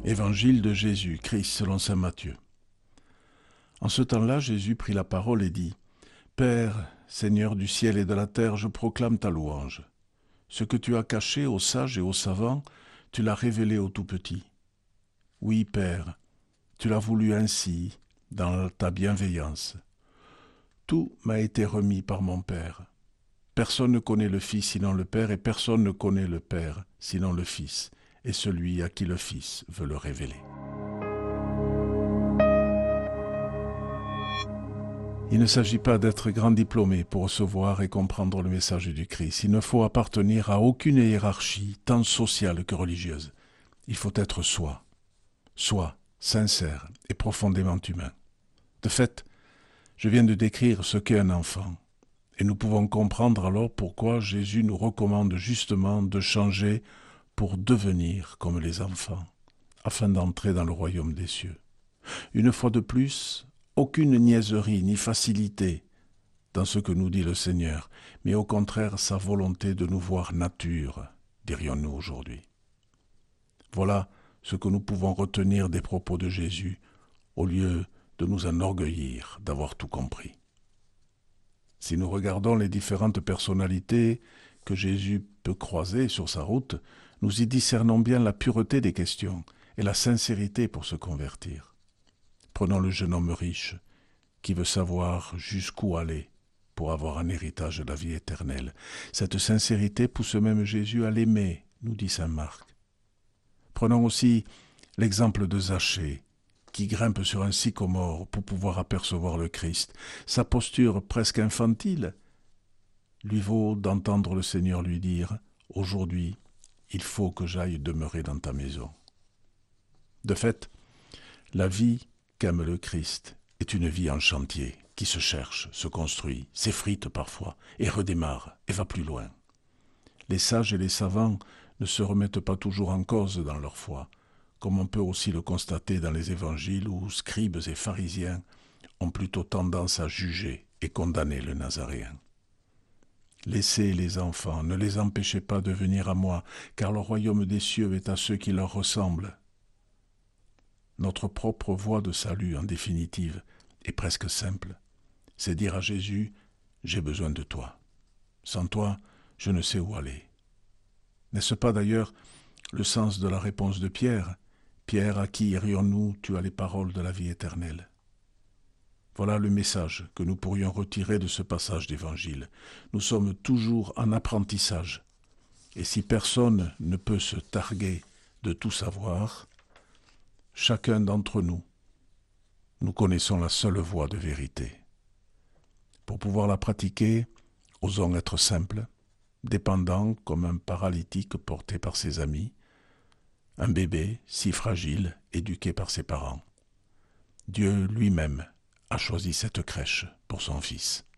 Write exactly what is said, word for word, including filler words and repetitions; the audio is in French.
Évangile de Jésus-Christ selon saint Matthieu. En ce temps-là, Jésus prit la parole et dit : « Père, Seigneur du ciel et de la terre, je proclame ta louange. Ce que tu as caché aux sages et aux savants, tu l'as révélé aux tout-petits. Oui, Père, tu l'as voulu ainsi, dans ta bienveillance. Tout m'a été remis par mon Père. Personne ne connaît le Fils sinon le Père, et personne ne connaît le Père sinon le Fils, et celui à qui le Fils veut le révéler. » Il ne s'agit pas d'être grand diplômé pour recevoir et comprendre le message du Christ. Il ne faut appartenir à aucune hiérarchie, tant sociale que religieuse. Il faut être soi, soi, sincère et profondément humain. De fait, je viens de décrire ce qu'est un enfant. Et nous pouvons comprendre alors pourquoi Jésus nous recommande justement de changer pour devenir comme les enfants, afin d'entrer dans le royaume des cieux. Une fois de plus, aucune niaiserie ni facilité dans ce que nous dit le Seigneur, mais au contraire sa volonté de nous voir nature, dirions-nous aujourd'hui. Voilà ce que nous pouvons retenir des propos de Jésus, au lieu de nous enorgueillir d'avoir tout compris. Si nous regardons les différentes personnalités que Jésus peut croiser sur sa route, nous y discernons bien la pureté des questions et la sincérité pour se convertir. Prenons le jeune homme riche qui veut savoir jusqu'où aller pour avoir un héritage de la vie éternelle. Cette sincérité pousse même Jésus à l'aimer, nous dit saint Marc. Prenons aussi l'exemple de Zachée, qui grimpe sur un sycomore pour pouvoir apercevoir le Christ. Sa posture presque infantile lui vaut d'entendre le Seigneur lui dire « Aujourd'hui, il faut que j'aille demeurer dans ta maison ». De fait, la vie qu'aime le Christ est une vie en chantier, qui se cherche, se construit, s'effrite parfois, et redémarre, et va plus loin. Les sages et les savants ne se remettent pas toujours en cause dans leur foi, comme on peut aussi le constater dans les évangiles où scribes et pharisiens ont plutôt tendance à juger et condamner le Nazaréen. Laissez les enfants, ne les empêchez pas de venir à moi, car le royaume des cieux est à ceux qui leur ressemblent. Notre propre voie de salut, en définitive, est presque simple. C'est dire à Jésus « J'ai besoin de toi. Sans toi, je ne sais où aller. » N'est-ce pas d'ailleurs le sens de la réponse de Pierre ? Pierre, à qui irions-nous ? Tu as les paroles de la vie éternelle. Voilà le message que nous pourrions retirer de ce passage d'évangile. Nous sommes toujours en apprentissage. Et si personne ne peut se targuer de tout savoir, chacun d'entre nous, nous connaissons la seule voie de vérité. Pour pouvoir la pratiquer, osons être simples, dépendants comme un paralytique porté par ses amis, un bébé si fragile, éduqué par ses parents. Dieu lui-même a choisi cette crèche pour son fils.